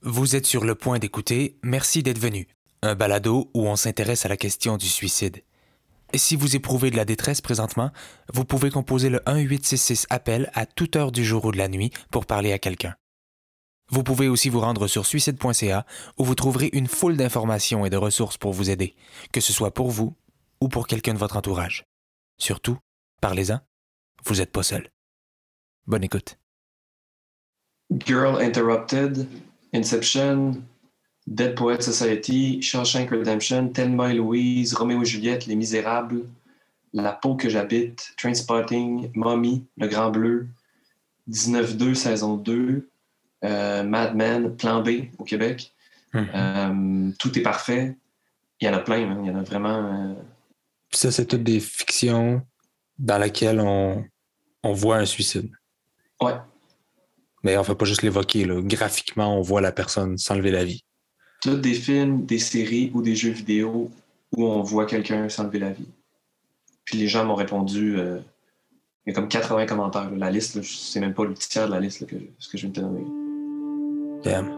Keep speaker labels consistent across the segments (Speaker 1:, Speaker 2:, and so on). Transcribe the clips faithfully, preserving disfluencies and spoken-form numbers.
Speaker 1: Vous êtes sur le point d'écouter Merci d'être venu, un balado où on s'intéresse à la question du suicide. Et si vous éprouvez de la détresse présentement, vous pouvez composer le un huit six six appel à toute heure du jour ou de la nuit pour parler à quelqu'un. Vous pouvez aussi vous rendre sur suicide point c a où vous trouverez une foule d'informations et de ressources pour vous aider, que ce soit pour vous ou pour quelqu'un de votre entourage. Surtout, parlez-en, vous n'êtes pas seul. Bonne écoute.
Speaker 2: Girl Interrupted, Inception, Dead Poets Society, Shawshank Redemption, Thelma et Louise, Roméo et Juliette, Les Misérables, La peau que j'habite, Trainspotting, Mommy, Le Grand Bleu, dix-neuf deux, saison deux, euh, Mad Men, Plan B au Québec. Mm-hmm. euh, Tout est parfait. Il y en a plein, hein. Il y en a vraiment... Euh...
Speaker 3: Puis ça, c'est toutes des fictions dans lesquelles on, on voit un suicide.
Speaker 2: Ouais.
Speaker 3: Mais on ne fait pas juste l'évoquer, là. Graphiquement, on voit la personne s'enlever la vie.
Speaker 2: Toutes des films, des séries ou des jeux vidéo où on voit quelqu'un s'enlever la vie. Puis les gens m'ont répondu, euh, il y a comme quatre-vingts commentaires. Là. La liste, là, je sais même pas le tiers de la liste là, que, ce que je viens de te nommer.
Speaker 3: Damn.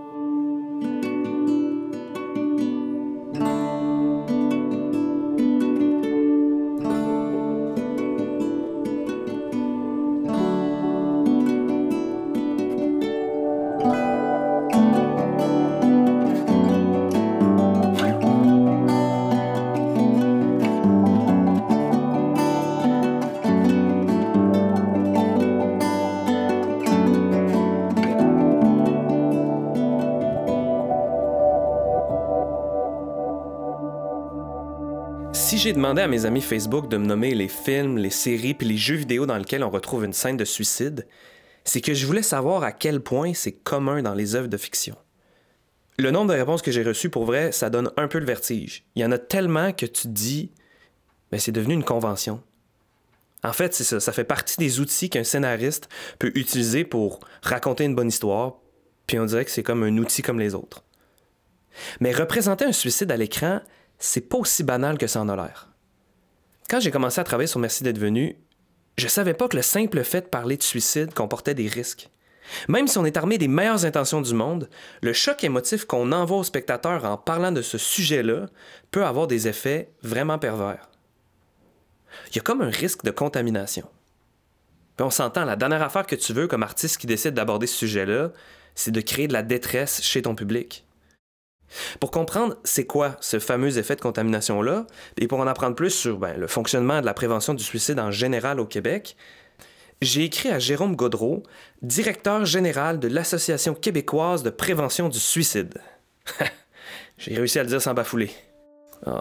Speaker 4: Si j'ai demandé à mes amis Facebook de me nommer les films, les séries puis les jeux vidéo dans lesquels on retrouve une scène de suicide, c'est que je voulais savoir à quel point c'est commun dans les œuvres de fiction. Le nombre de réponses que j'ai reçues, pour vrai, ça donne un peu le vertige. Il y en a tellement que tu te dis, ben, c'est devenu une convention. En fait, c'est ça, ça fait partie des outils qu'un scénariste peut utiliser pour raconter une bonne histoire, puis on dirait que c'est comme un outil comme les autres. Mais représenter un suicide à l'écran, c'est pas aussi banal que ça en a l'air. Quand j'ai commencé à travailler sur Merci d'être venu, je savais pas que le simple fait de parler de suicide comportait des risques. Même si on est armé des meilleures intentions du monde, le choc émotif qu'on envoie aux spectateurs en parlant de ce sujet-là peut avoir des effets vraiment pervers. Il y a comme un risque de contamination. Puis on s'entend, la dernière affaire que tu veux comme artiste qui décide d'aborder ce sujet-là, c'est de créer de la détresse chez ton public. Pour comprendre c'est quoi ce fameux effet de contamination-là, et pour en apprendre plus sur ben, le fonctionnement de la prévention du suicide en général au Québec, j'ai écrit à Jérôme Gaudreault, directeur général de l'Association québécoise de prévention du suicide. J'ai réussi à le dire sans bafouler. Oh.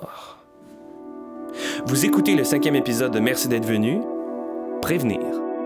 Speaker 4: Vous écoutez le cinquième épisode de Merci d'être venu, Prévenir.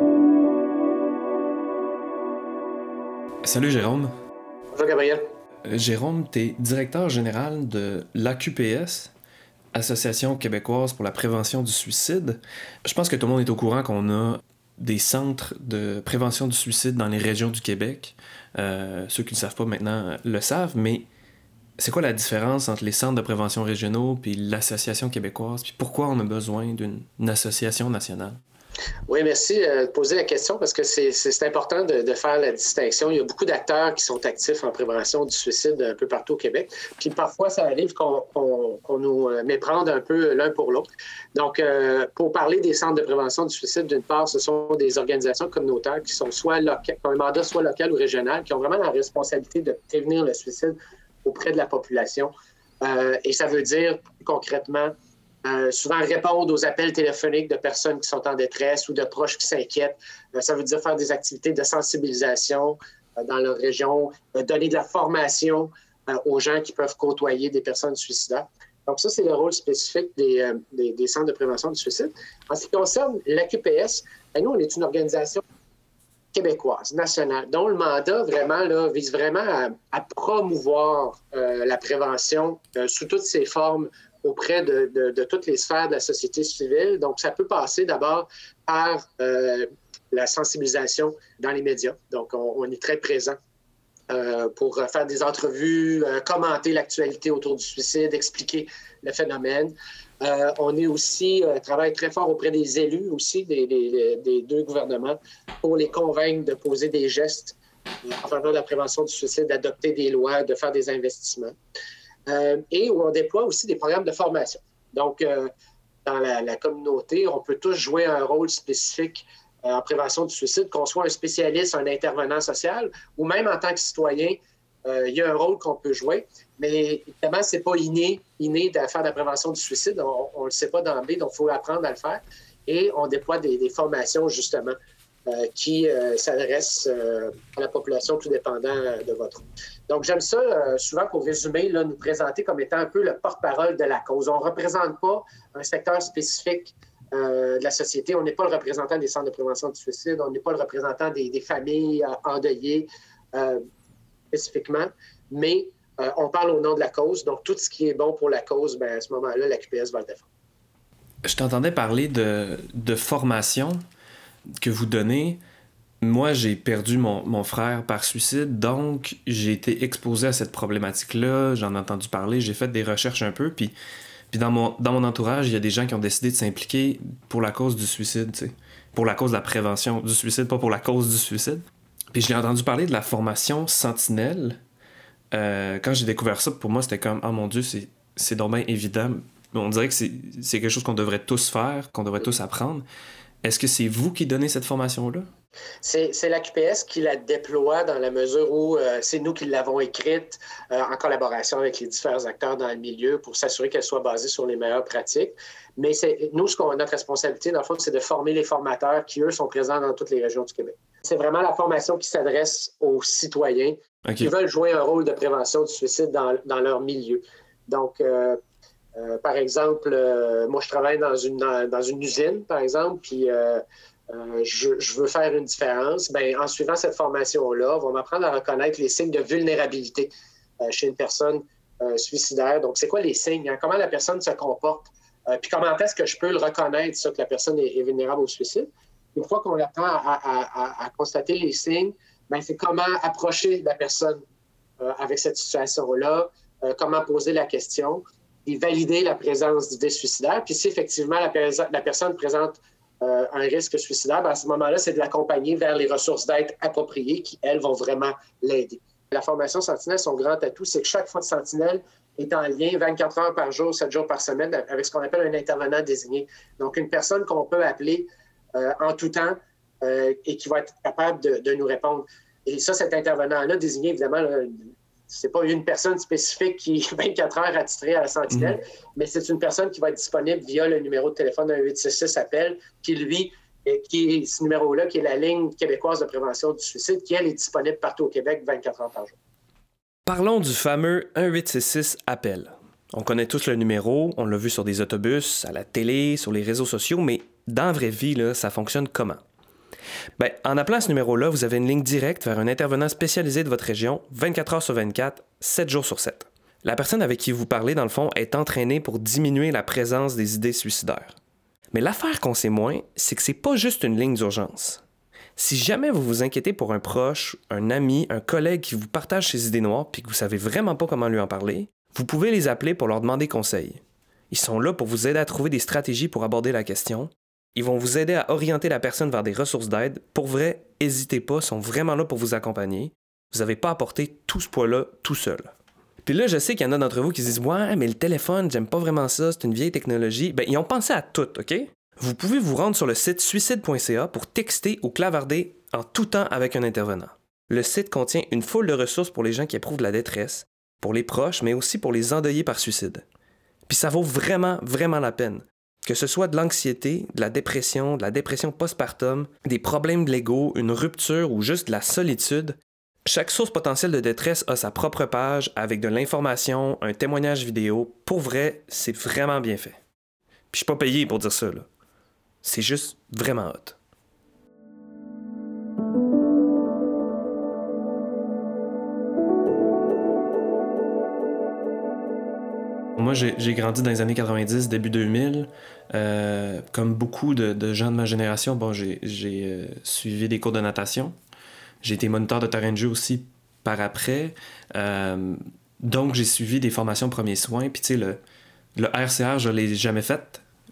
Speaker 4: Salut Jérôme.
Speaker 5: Bonjour Gabriel.
Speaker 4: Jérôme, tu es directeur général de l'A Q P S, Association québécoise pour la prévention du suicide. Je pense que tout le monde est au courant qu'on a des centres de prévention du suicide dans les régions du Québec. Euh, ceux qui ne le savent pas maintenant le savent, mais c'est quoi la différence entre les centres de prévention régionaux puis l'Association québécoise? Puis pourquoi on a besoin d'une association nationale?
Speaker 5: Oui, merci de poser la question parce que c'est, c'est, c'est important de, de faire la distinction. Il y a beaucoup d'acteurs qui sont actifs en prévention du suicide un peu partout au Québec. Puis parfois, ça arrive qu'on, qu'on, qu'on nous méprenne un peu l'un pour l'autre. Donc, euh, pour parler des centres de prévention du suicide, d'une part, ce sont des organisations communautaires qui sont soit locales, qui ont un mandat soit local ou régional, qui ont vraiment la responsabilité de prévenir le suicide auprès de la population. Euh, et ça veut dire concrètement Euh, souvent répondre aux appels téléphoniques de personnes qui sont en détresse ou de proches qui s'inquiètent. Euh, ça veut dire faire des activités de sensibilisation euh, dans leur région, euh, donner de la formation euh, aux gens qui peuvent côtoyer des personnes suicidaires. Donc ça, c'est le rôle spécifique des, euh, des, des centres de prévention du suicide. En ce qui concerne l'A Q P S, ben, nous, on est une organisation québécoise, nationale, dont le mandat vraiment là, vise vraiment à, à promouvoir euh, la prévention euh, sous toutes ses formes auprès de, de, de toutes les sphères de la société civile. Donc, ça peut passer d'abord par euh, la sensibilisation dans les médias. Donc, on, on est très présent euh, pour faire des entrevues, euh, commenter l'actualité autour du suicide, expliquer le phénomène. Euh, on est aussi, euh, travaille très fort auprès des élus aussi, des, des, des deux gouvernements, pour les convaincre de poser des gestes en faveur de la prévention du suicide, d'adopter des lois, de faire des investissements. Euh, et où on déploie aussi des programmes de formation. Donc, euh, dans la, la communauté, on peut tous jouer un rôle spécifique euh, en prévention du suicide, qu'on soit un spécialiste, un intervenant social, ou même en tant que citoyen, euh, il y a un rôle qu'on peut jouer. Mais évidemment, ce n'est pas inné, inné de faire de la prévention du suicide. On ne le sait pas d'emblée, donc il faut apprendre à le faire. Et on déploie des, des formations, justement, euh, qui euh, s'adressent euh, à la population, tout dépendant euh, de votre. Donc, j'aime ça, euh, souvent, pour résumer, là, nous présenter comme étant un peu le porte-parole de la cause. On ne représente pas un secteur spécifique euh, de la société. On n'est pas le représentant des centres de prévention du suicide. On n'est pas le représentant des, des familles euh, endeuillées euh, spécifiquement. Mais euh, on parle au nom de la cause. Donc, tout ce qui est bon pour la cause, bien, à ce moment-là, la Q P S va le défendre.
Speaker 4: Je t'entendais parler de, de formation que vous donnez. Moi, j'ai perdu mon, mon frère par suicide, donc j'ai été exposé à cette problématique-là. J'en ai entendu parler, j'ai fait des recherches un peu, puis, puis dans, mon, dans mon entourage, il y a des gens qui ont décidé de s'impliquer pour la cause du suicide, tu sais, pour la cause de la prévention du suicide, pas pour la cause du suicide. Puis j'ai entendu parler de la formation Sentinelle. Euh, quand j'ai découvert ça, pour moi, c'était comme « Oh mon Dieu, c'est, c'est donc bien évident ». On dirait que c'est, c'est quelque chose qu'on devrait tous faire, qu'on devrait tous apprendre. Est-ce que c'est vous qui donnez cette formation-là?
Speaker 5: C'est, c'est la Q P S qui la déploie dans la mesure où euh, c'est nous qui l'avons écrite euh, en collaboration avec les différents acteurs dans le milieu pour s'assurer qu'elle soit basée sur les meilleures pratiques. Mais c'est, nous, ce qu'on a notre responsabilité, dans le fond, c'est de former les formateurs qui, eux, sont présents dans toutes les régions du Québec. C'est vraiment la formation qui s'adresse aux citoyens okay. qui veulent jouer un rôle de prévention du suicide dans, dans leur milieu. Donc, euh, Euh, par exemple, euh, moi, je travaille dans une, dans, dans une usine, par exemple, puis euh, euh, je, je veux faire une différence. Bien, en suivant cette formation-là, on va m'apprendre à reconnaître les signes de vulnérabilité euh, chez une personne euh, suicidaire. Donc, c'est quoi les signes? Hein? Comment la personne se comporte? Euh, puis comment est-ce que je peux le reconnaître, ça, que la personne est, est vulnérable au suicide? Une fois qu'on apprend à, à, à, à constater les signes, bien, c'est comment approcher la personne euh, avec cette situation-là, euh, comment poser la question, et valider la présence d'idées suicidaires. Puis si effectivement la, pers- la personne présente euh, un risque suicidaire, bien à ce moment-là, c'est de l'accompagner vers les ressources d'aide appropriées qui, elles, vont vraiment l'aider. La formation Sentinelle, son grand atout, c'est que chaque fois de Sentinelle est en lien vingt-quatre heures par jour, sept jours par semaine, avec ce qu'on appelle un intervenant désigné. Donc, une personne qu'on peut appeler euh, en tout temps euh, et qui va être capable de, de nous répondre. Et ça, cet intervenant-là, désigné, évidemment, là, c'est pas une personne spécifique qui est vingt-quatre heures attitrée à la Sentinelle, mmh. mais c'est une personne qui va être disponible via le numéro de téléphone un huit six six appel, qui, lui, qui est ce numéro-là, qui est la ligne québécoise de prévention du suicide, qui, elle, est disponible partout au Québec vingt-quatre heures par jour.
Speaker 4: Parlons du fameux un huit six six appel. On connaît tous le numéro, on l'a vu sur des autobus, à la télé, sur les réseaux sociaux, mais dans la vraie vie, là, ça fonctionne comment? Bien, en appelant à ce numéro-là, vous avez une ligne directe vers un intervenant spécialisé de votre région, vingt-quatre heures sur vingt-quatre, sept jours sur sept. La personne avec qui vous parlez, dans le fond, est entraînée pour diminuer la présence des idées suicidaires. Mais l'affaire qu'on sait moins, c'est que c'est pas juste une ligne d'urgence. Si jamais vous vous inquiétez pour un proche, un ami, un collègue qui vous partage ses idées noires puis que vous savez vraiment pas comment lui en parler, vous pouvez les appeler pour leur demander conseil. Ils sont là pour vous aider à trouver des stratégies pour aborder la question. Ils vont vous aider à orienter la personne vers des ressources d'aide. Pour vrai, n'hésitez pas, ils sont vraiment là pour vous accompagner. Vous n'avez pas à porter tout ce poids-là tout seul. Puis là, je sais qu'il y en a d'entre vous qui se disent « Ouais, mais le téléphone, j'aime pas vraiment ça, c'est une vieille technologie. » Bien, ils ont pensé à tout, OK? Vous pouvez vous rendre sur le site suicide point c a pour texter ou clavarder en tout temps avec un intervenant. Le site contient une foule de ressources pour les gens qui éprouvent de la détresse, pour les proches, mais aussi pour les endeuillés par suicide. Puis ça vaut vraiment, vraiment la peine. Que ce soit de l'anxiété, de la dépression, de la dépression postpartum, des problèmes légaux, une rupture ou juste de la solitude, chaque source potentielle de détresse a sa propre page avec de l'information, un témoignage vidéo. Pour vrai, c'est vraiment bien fait. Puis je suis pas payé pour dire ça, là. C'est juste vraiment hot. Moi, j'ai, j'ai grandi dans les années quatre-vingt-dix, début deux mille. Euh, comme beaucoup de, de gens de ma génération, bon, j'ai, j'ai euh, suivi des cours de natation. J'ai été moniteur de terrain de jeu aussi par après. Euh, donc, j'ai suivi des formations premiers soins. Puis, tu sais, le, le R C R, je ne l'ai jamais fait.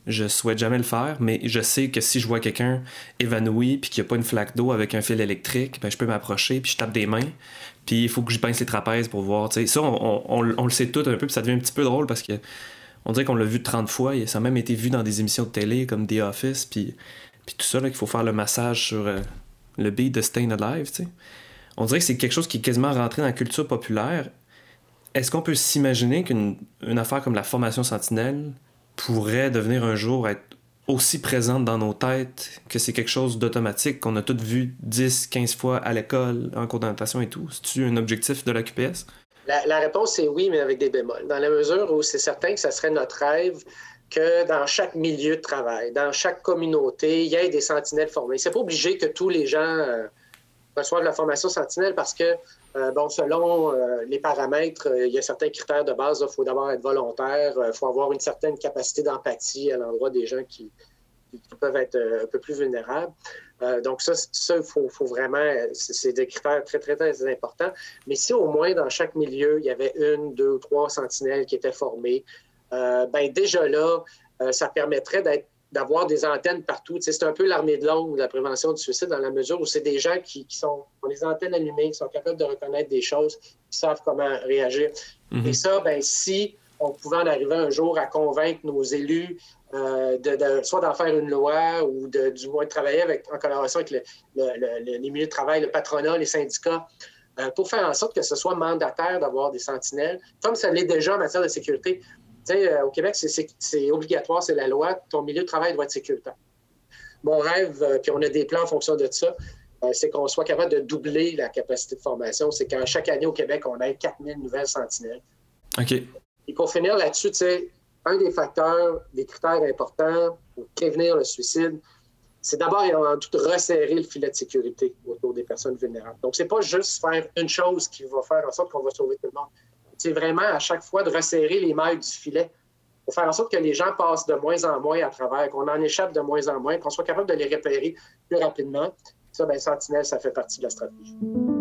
Speaker 4: Je souhaite jamais le faire, mais je sais que si je vois quelqu'un évanoui puis qu'il n'y a pas une flaque d'eau avec un fil électrique, ben je peux m'approcher puis je tape des mains. Puis il faut que je pince les trapèzes pour voir. T'sais. Ça, on, on, on le sait tout un peu, puis ça devient un petit peu drôle parce que on dirait qu'on l'a vu trente fois. Et ça a même été vu dans des émissions de télé comme The Office, puis, puis tout ça, là, qu'il faut faire le massage sur euh, le beat de Stayin' Alive. T'sais. On dirait que c'est quelque chose qui est quasiment rentré dans la culture populaire. Est-ce qu'on peut s'imaginer qu'une une affaire comme la formation Sentinelle pourrait devenir un jour être aussi présente dans nos têtes que c'est quelque chose d'automatique qu'on a tous vu dix, quinze fois à l'école, en cours d'orientation et tout? C'est-tu un objectif de la Q P S?
Speaker 5: La, la réponse est oui, mais avec des bémols. Dans la mesure où c'est certain que ça serait notre rêve que dans chaque milieu de travail, dans chaque communauté, il y ait des sentinelles formées. C'est pas obligé que tous les gens euh, reçoivent la formation Sentinelle parce que, euh, bon, selon euh, les paramètres, euh, il y a certains critères de base. Il faut d'abord être volontaire, il euh, faut avoir une certaine capacité d'empathie à l'endroit des gens qui, qui peuvent être euh, un peu plus vulnérables. Euh, donc ça, il faut, faut vraiment, c'est des critères très, très, très importants. Mais si au moins dans chaque milieu, il y avait une, deux ou trois sentinelles qui étaient formées, euh, ben déjà là, euh, ça permettrait d'être d'avoir des antennes partout. Tu sais, c'est un peu l'armée de l'ombre de la prévention du suicide dans la mesure où c'est des gens qui, qui sont, ont les antennes allumées, qui sont capables de reconnaître des choses, qui savent comment réagir. Mm-hmm. Et ça, ben si on pouvait en arriver un jour à convaincre nos élus euh, de, de, soit d'en faire une loi ou de, du moins de travailler avec, en collaboration avec le, le, le, les milieux de travail, le patronat, les syndicats, euh, pour faire en sorte que ce soit mandataire d'avoir des sentinelles, comme ça l'est déjà en matière de sécurité. Tu sais, euh, au Québec, c'est, c'est, c'est obligatoire, c'est la loi. Ton milieu de travail doit être sécuritaire. Mon rêve, euh, puis on a des plans en fonction de ça, euh, c'est qu'on soit capable de doubler la capacité de formation. C'est qu'à chaque année au Québec, on ait quatre mille nouvelles sentinelles.
Speaker 4: OK.
Speaker 5: Et pour finir là-dessus, tu sais, un des facteurs, des critères importants pour prévenir le suicide, c'est d'abord et avant tout de resserrer le filet de sécurité autour des personnes vulnérables. Donc, c'est pas juste faire une chose qui va faire en sorte qu'on va sauver tout le monde. C'est vraiment à chaque fois de resserrer les mailles du filet pour faire en sorte que les gens passent de moins en moins à travers, qu'on en échappe de moins en moins, qu'on soit capable de les repérer plus rapidement. Ça, bien, Sentinelle, ça fait partie de la stratégie.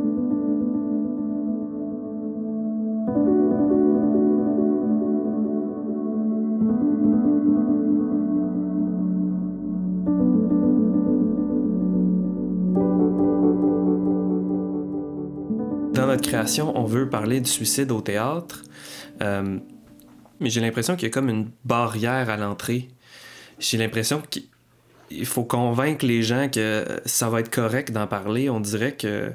Speaker 4: Dans notre création, on veut parler du suicide au théâtre, euh, mais j'ai l'impression qu'il y a comme une barrière à l'entrée. J'ai l'impression qu'il faut convaincre les gens que ça va être correct d'en parler. On dirait que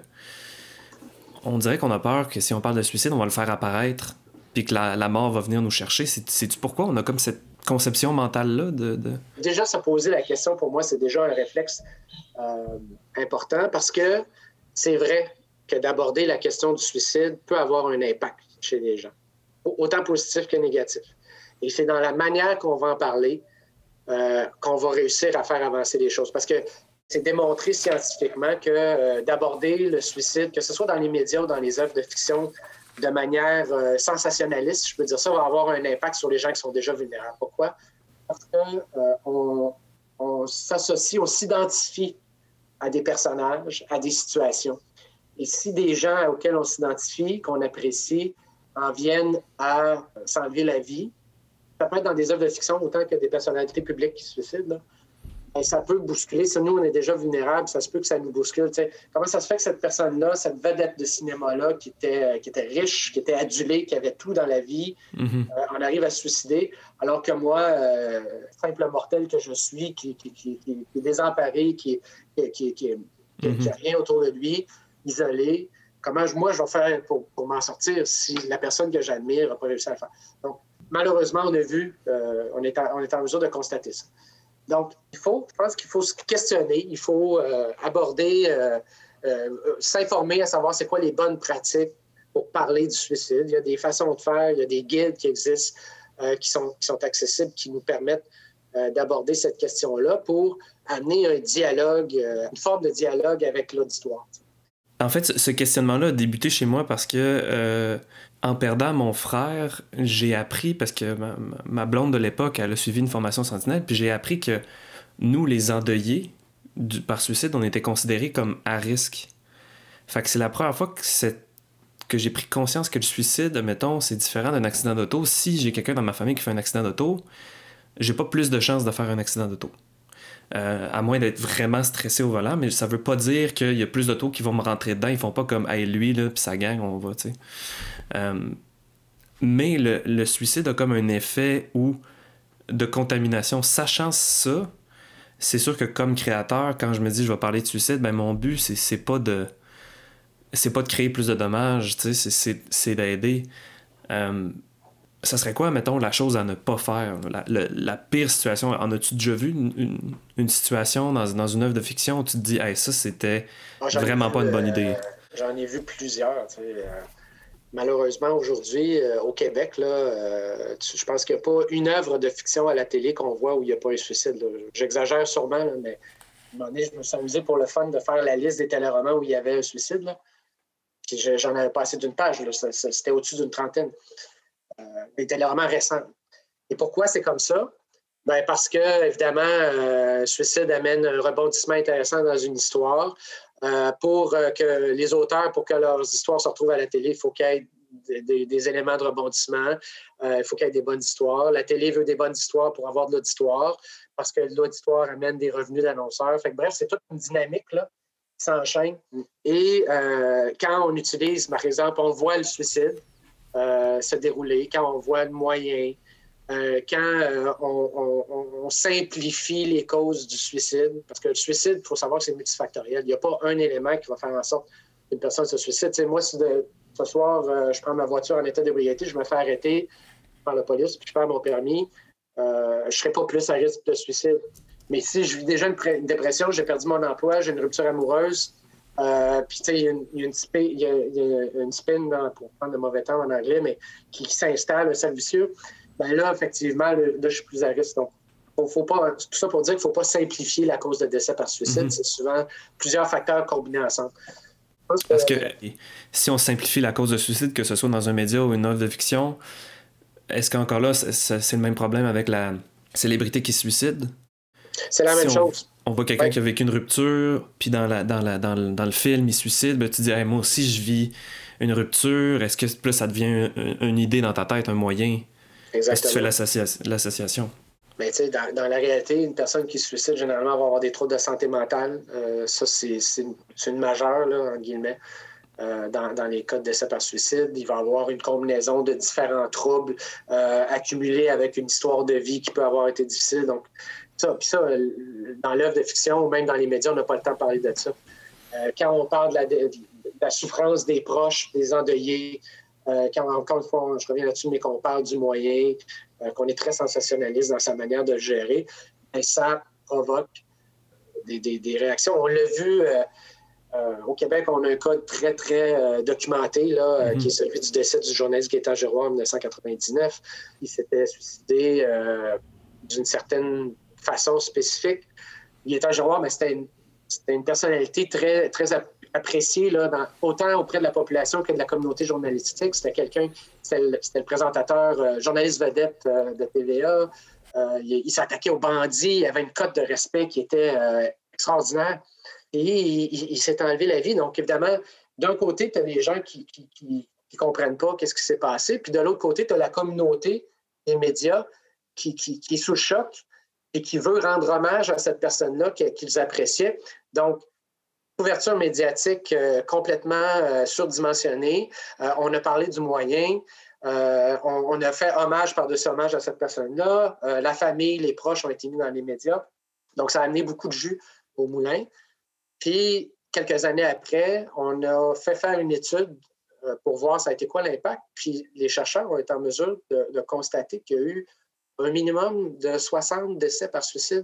Speaker 4: on dirait qu'on a peur que si on parle de suicide, on va le faire apparaître, puis que la, la mort va venir nous chercher. C'est, c'est-tu pourquoi on a comme cette conception mentale-là de, de...
Speaker 5: Déjà, se poser la question, pour moi, c'est déjà un réflexe euh, important parce que c'est vrai que d'aborder la question du suicide peut avoir un impact chez les gens, autant positif que négatif. Et c'est dans la manière qu'on va en parler euh, qu'on va réussir à faire avancer les choses. Parce que c'est démontré scientifiquement que euh, d'aborder le suicide, que ce soit dans les médias ou dans les œuvres de fiction, de manière euh, sensationnaliste, je peux dire ça, va avoir un impact sur les gens qui sont déjà vulnérables. Pourquoi? Parce qu'on euh, on s'associe, on s'identifie à des personnages, à des situations. Et si des gens auxquels on s'identifie, qu'on apprécie, en viennent à s'enlever la vie, ça peut être dans des œuvres de fiction autant que des personnalités publiques qui se suicident, là. Et ça peut bousculer. Si nous, on est déjà vulnérables, ça se peut que ça nous bouscule. T'sais. Comment ça se fait que cette personne-là, cette vedette de cinéma-là, qui était, qui était riche, qui était adulée, qui avait tout dans la vie, mm-hmm. euh, on arrive à se suicider, alors que moi, euh, simple mortel que je suis, qui, qui, qui, qui, qui est désemparé, qui n'a qui, qui, qui, mm-hmm. qui a rien autour de lui, isolé, comment je, moi je vais faire pour, pour m'en sortir si la personne que j'admire n'a pas réussi à le faire. Donc, malheureusement, on a vu, euh, on, est en, on est en mesure de constater ça. Donc, il faut, je pense qu'il faut se questionner, il faut euh, aborder, euh, euh, s'informer à savoir c'est quoi les bonnes pratiques pour parler du suicide. Il y a des façons de faire, il y a des guides qui existent, euh, qui, sont, qui sont accessibles, qui nous permettent euh, d'aborder cette question-là pour amener un dialogue, euh, une forme de dialogue avec l'auditoire.
Speaker 4: En fait, ce questionnement-là a débuté chez moi parce que, euh, en perdant mon frère, j'ai appris, parce que ma, ma blonde de l'époque, elle a suivi une formation Sentinelle, puis j'ai appris que nous, les endeuillés du, par suicide, on était considérés comme à risque. Fait que c'est la première fois que, c'est, que j'ai pris conscience que le suicide, mettons, c'est différent d'un accident d'auto. Si j'ai quelqu'un dans ma famille qui fait un accident d'auto, j'ai pas plus de chances de faire un accident d'auto. Euh, à moins d'être vraiment stressé au volant, mais ça veut pas dire qu'il y a plus d'autos qui vont me rentrer dedans. Ils font pas comme « Hey, lui, là, puis sa gang, on va, tu sais. Euh, » Mais le, le suicide a comme un effet où, de contamination. Sachant ça, c'est sûr que comme créateur, quand je me dis je vais parler de suicide, ben mon but, c'est, c'est pas de c'est pas de créer plus de dommages, tu sais, c'est, c'est, c'est d'aider. Euh, ça serait quoi, mettons, la chose à ne pas faire? La, la, la pire situation, en as-tu déjà vu une, une, une situation dans, dans une œuvre de fiction où tu te dis hey, ça, c'était
Speaker 5: ah,
Speaker 4: vraiment
Speaker 5: vu,
Speaker 4: pas une bonne
Speaker 5: euh,
Speaker 4: idée?
Speaker 5: J'en ai vu plusieurs, tu sais. Euh, malheureusement, aujourd'hui, euh, au Québec, là, euh, tu, je pense qu'il n'y a pas une œuvre de fiction à la télé qu'on voit où il n'y a pas un suicide. Là. J'exagère sûrement, là, mais à un moment donné, je me suis amusé pour le fun de faire la liste des téléromans où il y avait un suicide. Là. Puis je, j'en avais pas assez d'une page. Là. C'était au-dessus d'une trentaine. Euh, des téléromans récents. Et pourquoi c'est comme ça? Ben parce que, évidemment, euh, le suicide amène un rebondissement intéressant dans une histoire. Euh, pour euh, que les auteurs, pour que leurs histoires se retrouvent à la télé, il faut qu'il y ait des, des, des éléments de rebondissement. Euh, il faut qu'il y ait des bonnes histoires. La télé veut des bonnes histoires pour avoir de l'auditoire, parce que l'auditoire amène des revenus d'annonceurs. Fait que, bref, c'est toute une dynamique là, qui s'enchaîne. Et euh, quand on utilise, par exemple, on voit le suicide euh, se dérouler, quand on voit le moyen, Euh, quand euh, on, on, on simplifie les causes du suicide, parce que le suicide, il faut savoir que c'est multifactoriel. Il n'y a pas un élément qui va faire en sorte qu'une personne se suicide. T'sais, moi, si de, ce soir, euh, je prends ma voiture en état d'ébriété, je me fais arrêter par la police, puis je perds mon permis, euh, je ne serai pas plus à risque de suicide. Mais si je vis déjà une, pré- une dépression, j'ai perdu mon emploi, j'ai une rupture amoureuse, euh, puis tu sais, il y a une, il y a une, spi- il y a, il y a une spin, dans, pour prendre le mauvais temps en anglais, mais qui, qui s'installe, un cercle vicieux. Ben là, effectivement, là, là, je suis plus à risque. Donc, faut, faut pas, tout ça pour dire qu'il ne faut pas simplifier la cause de décès par suicide. Mm-hmm. C'est souvent plusieurs facteurs combinés ensemble.
Speaker 4: Que... Parce que si on simplifie la cause de suicide, que ce soit dans un média ou une œuvre de fiction, est-ce qu'encore là, c'est, c'est le même problème avec la célébrité qui se suicide?
Speaker 5: C'est la
Speaker 4: si
Speaker 5: même
Speaker 4: on,
Speaker 5: chose.
Speaker 4: On voit quelqu'un
Speaker 5: ouais.
Speaker 4: qui a vécu une rupture, puis dans, la, dans, la, dans, le, dans le film, il se suicide, ben, tu dis hey, moi aussi, je vis une rupture. Est-ce que plus ça devient une, une idée dans ta tête, un moyen?
Speaker 5: Exactement.
Speaker 4: Est-ce que tu fais l'associa- l'association?
Speaker 5: Ben, tu sais, dans, dans la réalité, une personne qui se suicide, généralement, va avoir des troubles de santé mentale. Euh, ça, c'est, c'est, une, c'est une majeure, là, en guillemets. Euh, dans, dans les cas de décès par suicide, il va avoir une combinaison de différents troubles euh, accumulés avec une histoire de vie qui peut avoir été difficile. Donc, ça, puis ça, dans l'œuvre de fiction ou même dans les médias, on n'a pas le temps de parler de ça. Euh, quand on parle de la, de, de la souffrance des proches, des endeuillés, Euh, quand, encore une fois, je reviens là-dessus, mais qu'on parle du moyen, euh, qu'on est très sensationnaliste dans sa manière de le gérer, ben, ça provoque des, des, des réactions. On l'a vu, euh, euh, au Québec, on a un cas très, très euh, documenté, là, mm-hmm. euh, qui est celui du décès du journaliste Gaétan Giroir en dix-neuf cent quatre-vingt-dix-neuf. Il s'était suicidé euh, d'une certaine façon spécifique. Gaétan Giroir, mais c'était une, c'était une personnalité très, très apprécié là, dans, autant auprès de la population que de la communauté journalistique. C'était quelqu'un, c'était le, c'était le présentateur, euh, journaliste vedette euh, de T V A. Euh, il, il s'attaquait aux bandits. Il avait une cote de respect qui était euh, extraordinaire. Et il, il, il s'est enlevé la vie. Donc, évidemment, d'un côté, tu as des gens qui ne qui, qui comprennent pas qu'est-ce qui s'est passé. Puis de l'autre côté, tu as la communauté des médias qui, qui, qui est sous le choc et qui veut rendre hommage à cette personne-là qu'ils appréciaient. Donc, couverture médiatique euh, complètement euh, surdimensionnée. Euh, on a parlé du moyen. Euh, on, on a fait hommage par-dessus hommage à cette personne-là. Euh, la famille, les proches ont été mis dans les médias. Donc, ça a amené beaucoup de jus au moulin. Puis, quelques années après, on a fait faire une étude euh, pour voir ça a été quoi l'impact. Puis, les chercheurs ont été en mesure de, de constater qu'il y a eu un minimum de soixante décès par suicide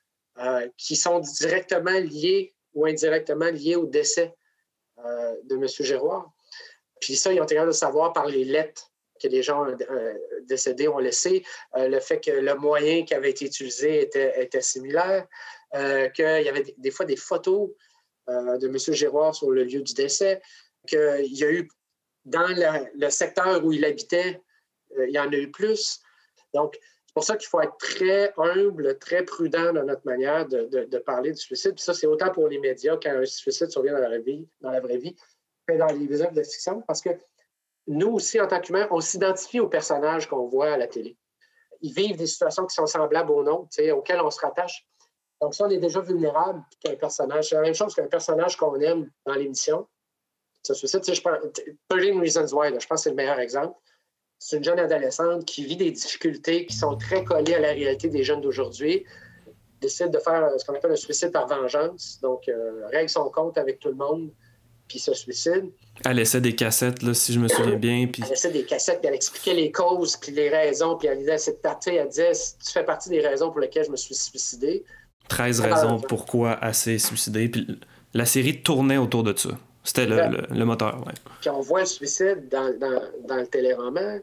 Speaker 5: euh, qui sont directement liés ou indirectement liés au décès euh, de M. Giroir. Puis ça, ils ont été capables de savoir par les lettres que les gens euh, décédés ont laissées, euh, le fait que le moyen qui avait été utilisé était, était similaire, euh, qu'il y avait des, des fois des photos euh, de M. Giroir sur le lieu du décès, qu'il y a eu, dans la, le secteur où il habitait, euh, il y en a eu plus. Donc, c'est pour ça qu'il faut être très humble, très prudent dans notre manière de, de, de parler du suicide. Puis ça, c'est autant pour les médias quand un suicide survient dans la vraie vie, dans la vraie vie que dans les œuvres de fiction, parce que nous aussi, en tant qu'humains, on s'identifie aux personnages qu'on voit à la télé. ils vivent des situations qui sont semblables aux nôtres, auxquelles on se rattache. Donc, si on est déjà vulnérable qu'un personnage, c'est la même chose qu'un personnage qu'on aime dans l'émission. Ça se suicide, je pense, thirteen Reasons Why, là, je pense que c'est le meilleur exemple. C'est une jeune adolescente qui vit des difficultés qui sont très collées à la réalité des jeunes d'aujourd'hui, décide de faire ce qu'on appelle un suicide par vengeance, donc euh, règle son compte avec tout le monde, puis se suicide.
Speaker 4: Elle laissait des cassettes, là, si je me souviens bien. Puis...
Speaker 5: Elle laissait des cassettes, puis elle expliquait les causes, puis les raisons, puis elle disait, elle disait, tu fais partie des raisons pour lesquelles je me suis suicidée.
Speaker 4: treize raisons pourquoi elle s'est suicidée, puis la série tournait autour de ça. C'était le, le, le moteur, ouais.
Speaker 5: Puis on voit le suicide dans, dans, dans le téléroman.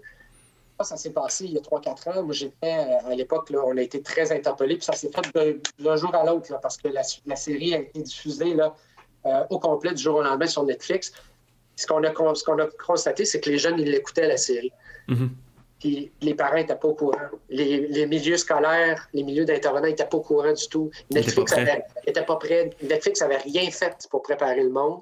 Speaker 5: Ça s'est passé il y a trois quatre ans. Moi, j'étais, à l'époque, là, on a été très interpellés, puis ça s'est fait d'un jour à l'autre, là, parce que la, la série a été diffusée là, euh, au complet du jour au lendemain sur Netflix. Ce qu'on a, ce qu'on a constaté, c'est que les jeunes, ils l'écoutaient, la série. Mm-hmm. Puis les parents n'étaient pas au courant. Les, les milieux scolaires, les milieux d'intervenants n'étaient pas au courant du tout. Netflix n'était pas prêt. Netflix n'avait rien fait pour préparer le monde.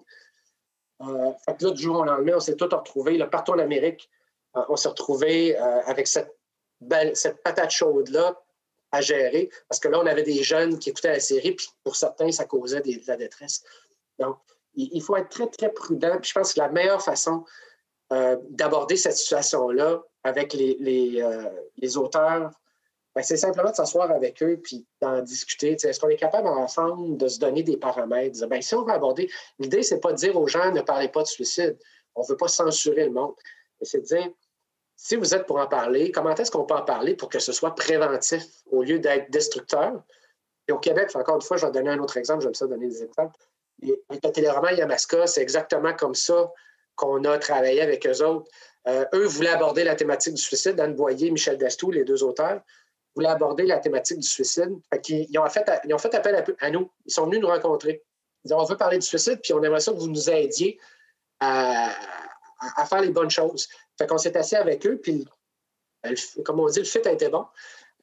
Speaker 5: Euh, fait que là, du jour au lendemain, on s'est tous retrouvés, là, partout en Amérique, euh, on s'est retrouvés euh, avec cette, belle, cette patate chaude-là à gérer, parce que là, on avait des jeunes qui écoutaient la série, puis pour certains, ça causait des, de la détresse. Donc, il, il faut être très, très prudent. Puis je pense que la meilleure façon euh, d'aborder cette situation-là avec les, les, euh, les auteurs, ben, c'est simplement de s'asseoir avec eux puis d'en discuter. T'sais, est-ce qu'on est capable ensemble de se donner des paramètres? Dire, ben, si on veut aborder... L'idée, c'est pas de dire aux gens ne parlez pas de suicide. On ne veut pas censurer le monde. Mais c'est de dire, si vous êtes pour en parler, comment est-ce qu'on peut en parler pour que ce soit préventif au lieu d'être destructeur? Et au Québec, encore une fois, je vais donner un autre exemple. J'aime ça donner des exemples. Et avec le téléroman Yamaska, c'est exactement comme ça qu'on a travaillé avec eux autres. Euh, eux voulaient aborder la thématique du suicide. Anne Boyer, Michel Dastou, les deux auteurs, voulaient aborder la thématique du suicide. Fait qu'ils, ils, ont fait, ils ont fait appel à, à nous. Ils sont venus nous rencontrer. Ils disent, on veut parler du suicide, puis on aimerait ça que vous nous aidiez à, à, à faire les bonnes choses. Fait qu'on s'est assis avec eux, puis, comme on dit, le fit a été bon.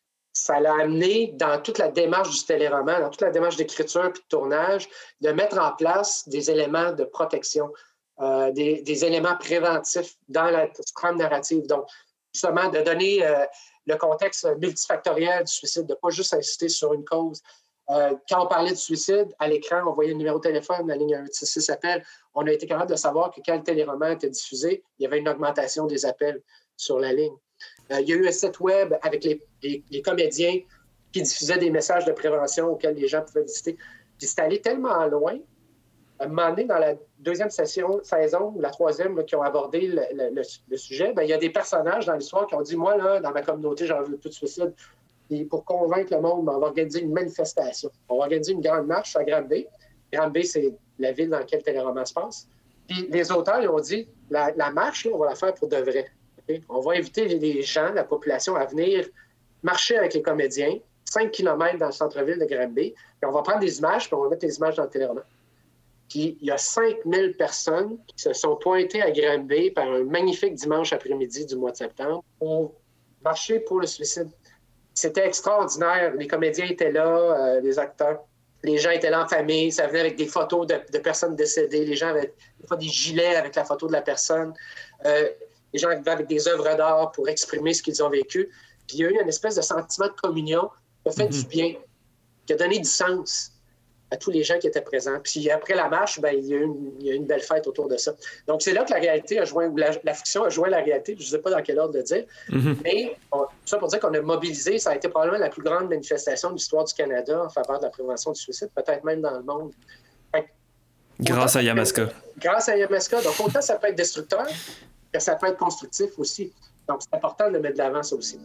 Speaker 5: Ça l'a amené dans toute la démarche du téléroman, dans toute la démarche d'écriture puis de tournage, de mettre en place des éléments de protection, euh, des, des éléments préventifs dans la trame narrative. Donc, justement, de donner euh, le contexte multifactoriel du suicide, de ne pas juste insister sur une cause. Euh, quand on parlait de suicide, à l'écran, on voyait le numéro de téléphone, la ligne un huit six six appel. On a été capable de savoir que quand le téléroman était diffusé, il y avait une augmentation des appels sur la ligne. Euh, il y a eu un site web avec les, les, les comédiens qui diffusaient des messages de prévention auxquels les gens pouvaient visiter. Puis c'est allé tellement loin, à un moment donné, dans la deuxième session, saison, ou la troisième, là, qui ont abordé le, le, le, le sujet, bien, il y a des personnages dans l'histoire qui ont dit, moi, là, dans ma communauté, j'en veux plus de suicide. Et pour convaincre le monde, ben, on va organiser une manifestation. On va organiser une grande marche à Granby. Granby, c'est la ville dans laquelle le téléroman se passe. Puis les auteurs, ils ont dit, la, la marche, là, on va la faire pour de vrai. Okay? On va inviter les gens, la population, à venir marcher avec les comédiens, cinq kilomètres dans le centre-ville de Granby. Puis on va prendre des images, puis on va mettre les images dans le téléroman. Puis il y a cinq mille personnes qui se sont pointées à Granby par un magnifique dimanche après-midi du mois de septembre pour marcher pour le suicide. C'était extraordinaire. Les comédiens étaient là, euh, les acteurs. Les gens étaient là en famille. Ça venait avec des photos de, de personnes décédées. Les gens avaient des fois des gilets avec la photo de la personne. Euh, les gens arrivaient avec des œuvres d'art pour exprimer ce qu'ils ont vécu. Puis il y a eu une espèce de sentiment de communion qui a fait mm-hmm. du bien, qui a donné du sens à tous les gens qui étaient présents. Puis après la marche, ben, il, y a eu une, il y a eu une belle fête autour de ça. Donc c'est là que la réalité a joint, ou la, la fiction a joint la réalité, je ne sais pas dans quel ordre de dire, mm-hmm. mais on, ça pour dire qu'on a mobilisé, ça a été probablement la plus grande manifestation de l'histoire du Canada en faveur de la prévention du suicide, peut-être même dans le monde. Fait,
Speaker 4: grâce à Yamaska.
Speaker 5: Grâce à Yamaska. Donc autant ça peut être destructeur que ça peut être constructif aussi. Donc c'est important de mettre de l'avant ça aussi.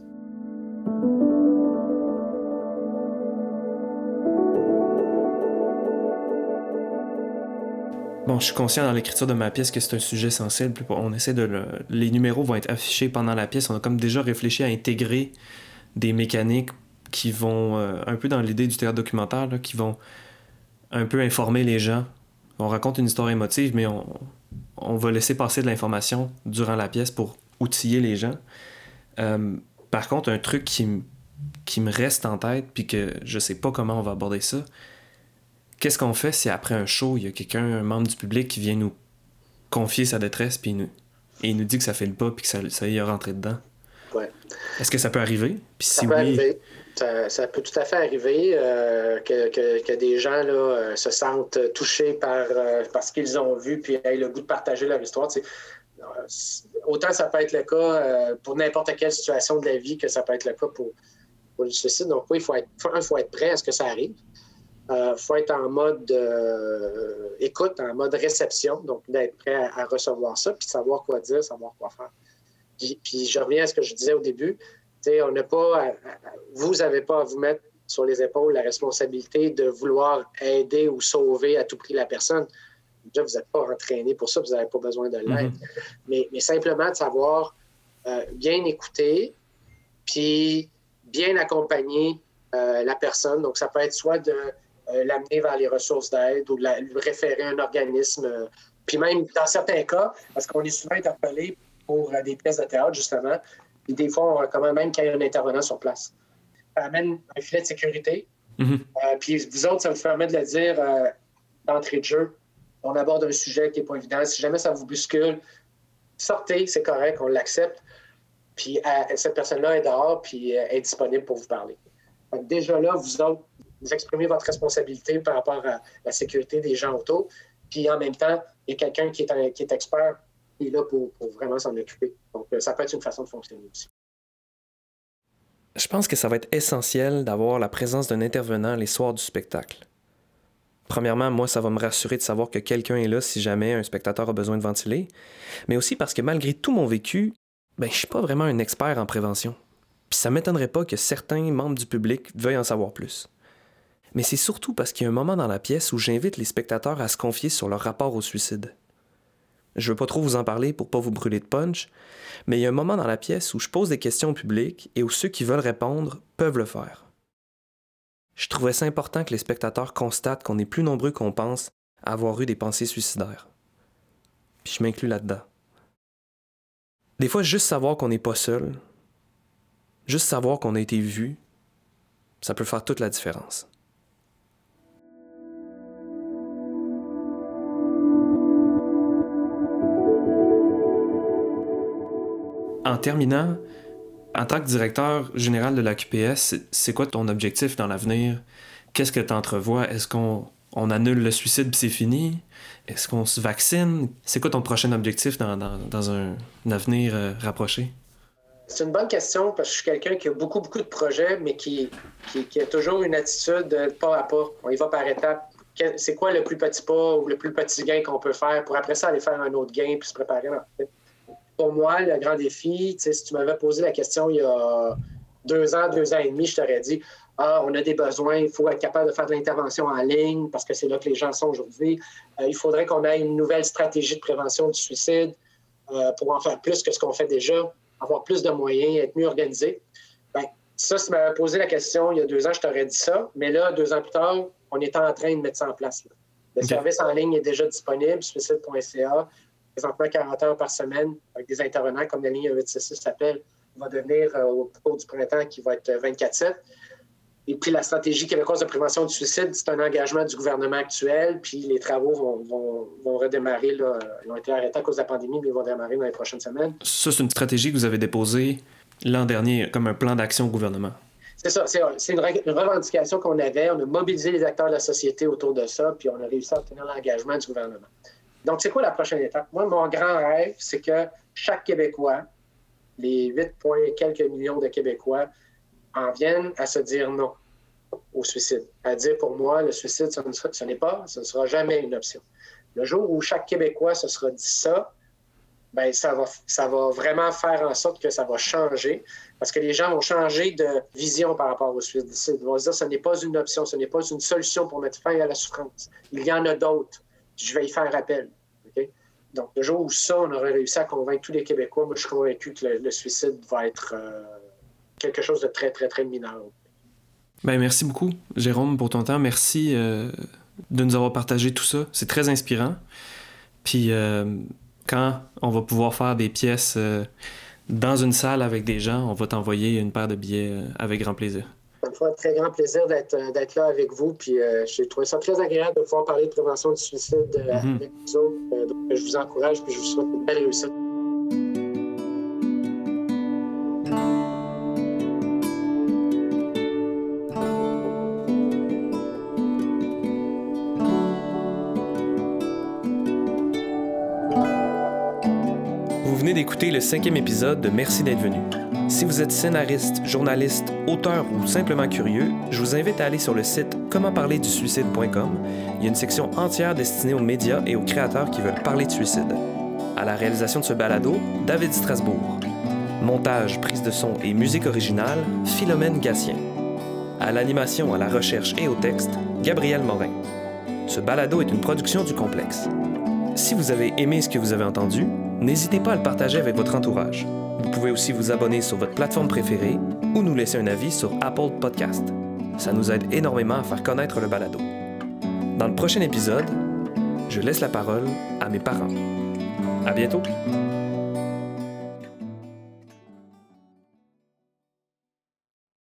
Speaker 4: Bon, je suis conscient dans l'écriture de ma pièce que c'est un sujet sensible. On essaie de le... Les numéros vont être affichés pendant la pièce. On a comme déjà réfléchi à intégrer des mécaniques qui vont, euh, un peu dans l'idée du théâtre documentaire, là, qui vont un peu informer les gens. On raconte une histoire émotive, mais on, on va laisser passer de l'information durant la pièce pour outiller les gens. Euh, par contre, un truc qui, m... qui me reste en tête, puis que je sais pas comment on va aborder ça, qu'est-ce qu'on fait si après un show, il y a quelqu'un, un membre du public qui vient nous confier sa détresse puis nous, et il nous dit que ça fait le pas puis que ça, ça y est rentré dedans?
Speaker 5: Ouais.
Speaker 4: Est-ce que ça peut arriver? Puis
Speaker 5: ça
Speaker 4: si
Speaker 5: peut
Speaker 4: oui...
Speaker 5: arriver. Ça, ça peut tout à fait arriver euh, que, que, que des gens là, euh, se sentent touchés par, euh, par ce qu'ils ont vu puis aient le goût de partager leur histoire. Tu sais, euh, autant ça peut être le cas euh, pour n'importe quelle situation de la vie que ça peut être le cas pour, pour le suicide. Donc oui, il faut être, il faut être prêt à ce que ça arrive. Il euh, faut être en mode euh, écoute, en mode réception, donc d'être prêt à, à recevoir ça puis de savoir quoi dire, savoir quoi faire. Puis, puis je reviens à ce que je disais au début. On n'a pas, à, à, vous n'avez pas à vous mettre sur les épaules la responsabilité de vouloir aider ou sauver à tout prix la personne. Déjà, vous n'êtes pas entraîné pour ça, vous n'avez pas besoin de l'aide. Mm-hmm. Mais, mais simplement de savoir euh, bien écouter, puis bien accompagner euh, la personne. Donc, ça peut être soit de euh, l'amener vers les ressources d'aide ou de la, lui référer à un organisme. Euh, puis même, dans certains cas, parce qu'on est souvent interpellé pour euh, des pièces de théâtre, justement, et des fois, on recommande même qu'il y ait un intervenant sur place. Ça amène un filet de sécurité. Mm-hmm. Euh, puis vous autres, ça vous permet de le dire euh, d'entrée de jeu. On aborde un sujet qui n'est pas évident. Si jamais ça vous bouscule, sortez, c'est correct, on l'accepte. Puis euh, cette personne-là est dehors puis euh, est disponible pour vous parler. Donc, déjà là, vous autres, vous exprimez votre responsabilité par rapport à la sécurité des gens autour. Puis en même temps, il y a quelqu'un qui est, un, qui est expert qui est là pour, pour vraiment s'en occuper. Donc, ça peut être une façon de fonctionner aussi.
Speaker 4: Je pense que ça va être essentiel d'avoir la présence d'un intervenant les soirs du spectacle. Premièrement, moi, ça va me rassurer de savoir que quelqu'un est là si jamais un spectateur a besoin de ventiler, mais aussi parce que malgré tout mon vécu, ben, je suis pas vraiment un expert en prévention. Puis ça m'étonnerait pas que certains membres du public veuillent en savoir plus. Mais c'est surtout parce qu'il y a un moment dans la pièce où j'invite les spectateurs à se confier sur leur rapport au suicide. Je veux pas trop vous en parler pour pas vous brûler de punch, mais il y a un moment dans la pièce où je pose des questions au public et où ceux qui veulent répondre peuvent le faire. Je trouvais ça important que les spectateurs constatent qu'on est plus nombreux qu'on pense à avoir eu des pensées suicidaires. Puis je m'inclus là-dedans. Des fois, juste savoir qu'on n'est pas seul, juste savoir qu'on a été vu, ça peut faire toute la différence. En terminant, en tant que directeur général de l'A Q P S, c'est quoi ton objectif dans l'avenir? Qu'est-ce que tu entrevois? Est-ce qu'on on annule le suicide et c'est fini? Est-ce qu'on se vaccine? C'est quoi ton prochain objectif dans, dans, dans un, un avenir euh, rapproché?
Speaker 5: C'est une bonne question parce que je suis quelqu'un qui a beaucoup, beaucoup de projets, mais qui, qui, qui a toujours une attitude de pas à pas. On y va par étapes. C'est quoi le plus petit pas ou le plus petit gain qu'on peut faire pour après ça aller faire un autre gain puis se préparer en fait. Pour moi, le grand défi, si tu m'avais posé la question il y a deux ans, deux ans et demi, je t'aurais dit « Ah, on a des besoins, il faut être capable de faire de l'intervention en ligne parce que c'est là que les gens sont aujourd'hui. Euh, il faudrait qu'on ait une nouvelle stratégie de prévention du suicide euh, pour en faire plus que ce qu'on fait déjà, avoir plus de moyens, être mieux organisé. » Ben, ça, si tu m'avais posé la question il y a deux ans, je t'aurais dit ça. Mais là, deux ans plus tard, on est en train de mettre ça en place. Là. Le okay. service en ligne est déjà disponible, suicide point c a. Présentement, quarante heures par semaine, avec des intervenants, comme la ligne un huit six six s'appelle, va devenir euh, au cours du printemps qui va être vingt-quatre sept. Et puis, la stratégie québécoise de prévention du suicide, c'est un engagement du gouvernement actuel, puis les travaux vont, vont, vont redémarrer. Là. Ils ont été arrêtés à cause de la pandémie, mais ils vont démarrer dans les prochaines semaines.
Speaker 4: Ça, c'est une stratégie que vous avez déposée l'an dernier, comme un plan d'action au gouvernement.
Speaker 5: C'est ça, c'est, c'est une, une revendication qu'on avait. On a mobilisé les acteurs de la société autour de ça, puis on a réussi à obtenir l'engagement du gouvernement. Donc, c'est quoi la prochaine étape? Moi, mon grand rêve, c'est que chaque Québécois, les huit point quelques millions de Québécois, en viennent à se dire non au suicide. À dire, pour moi, le suicide, ce, ne sera, ce n'est pas, ce ne sera jamais une option. Le jour où chaque Québécois se sera dit ça, bien, ça va, ça va vraiment faire en sorte que ça va changer, parce que les gens vont changer de vision par rapport au suicide. Ils vont se dire, ce n'est pas une option, ce n'est pas une solution pour mettre fin à la souffrance. Il y en a d'autres. Je vais y faire appel. Okay? Donc, le jour où ça, on aurait réussi à convaincre tous les Québécois, moi, je suis convaincu que le, le suicide va être euh, quelque chose de très, très, très mineur.
Speaker 4: Bien, merci beaucoup, Jérôme, pour ton temps. Merci euh, de nous avoir partagé tout ça. C'est très inspirant. Puis, euh, quand on va pouvoir faire des pièces euh, dans une salle avec des gens, on va t'envoyer une paire de billets euh, avec grand plaisir.
Speaker 5: Ça me fait un très grand plaisir d'être, d'être là avec vous. Puis euh, j'ai trouvé ça très agréable de pouvoir parler de prévention du suicide euh, mm-hmm. avec vous autres. Euh, donc, je vous encourage et je vous souhaite une belle réussite.
Speaker 4: d'écouter le cinquième épisode de Merci d'être venu. Si vous êtes scénariste, journaliste, auteur ou simplement curieux, je vous invite à aller sur le site comment parler du suicide point com. Il y a une section entière destinée aux médias et aux créateurs qui veulent parler de suicide. À la réalisation de ce balado, David Strasbourg. Montage, prise de son et musique originale, Philomène Gatien. À l'animation, à la recherche et au texte, Gabriel Morin. Ce balado est une production du Complexe. Si vous avez aimé ce que vous avez entendu, n'hésitez pas à le partager avec votre entourage. Vous pouvez aussi vous abonner sur votre plateforme préférée ou nous laisser un avis sur Apple Podcast. Ça nous aide énormément à faire connaître le balado. Dans le prochain épisode, je laisse la parole à mes parents. À bientôt!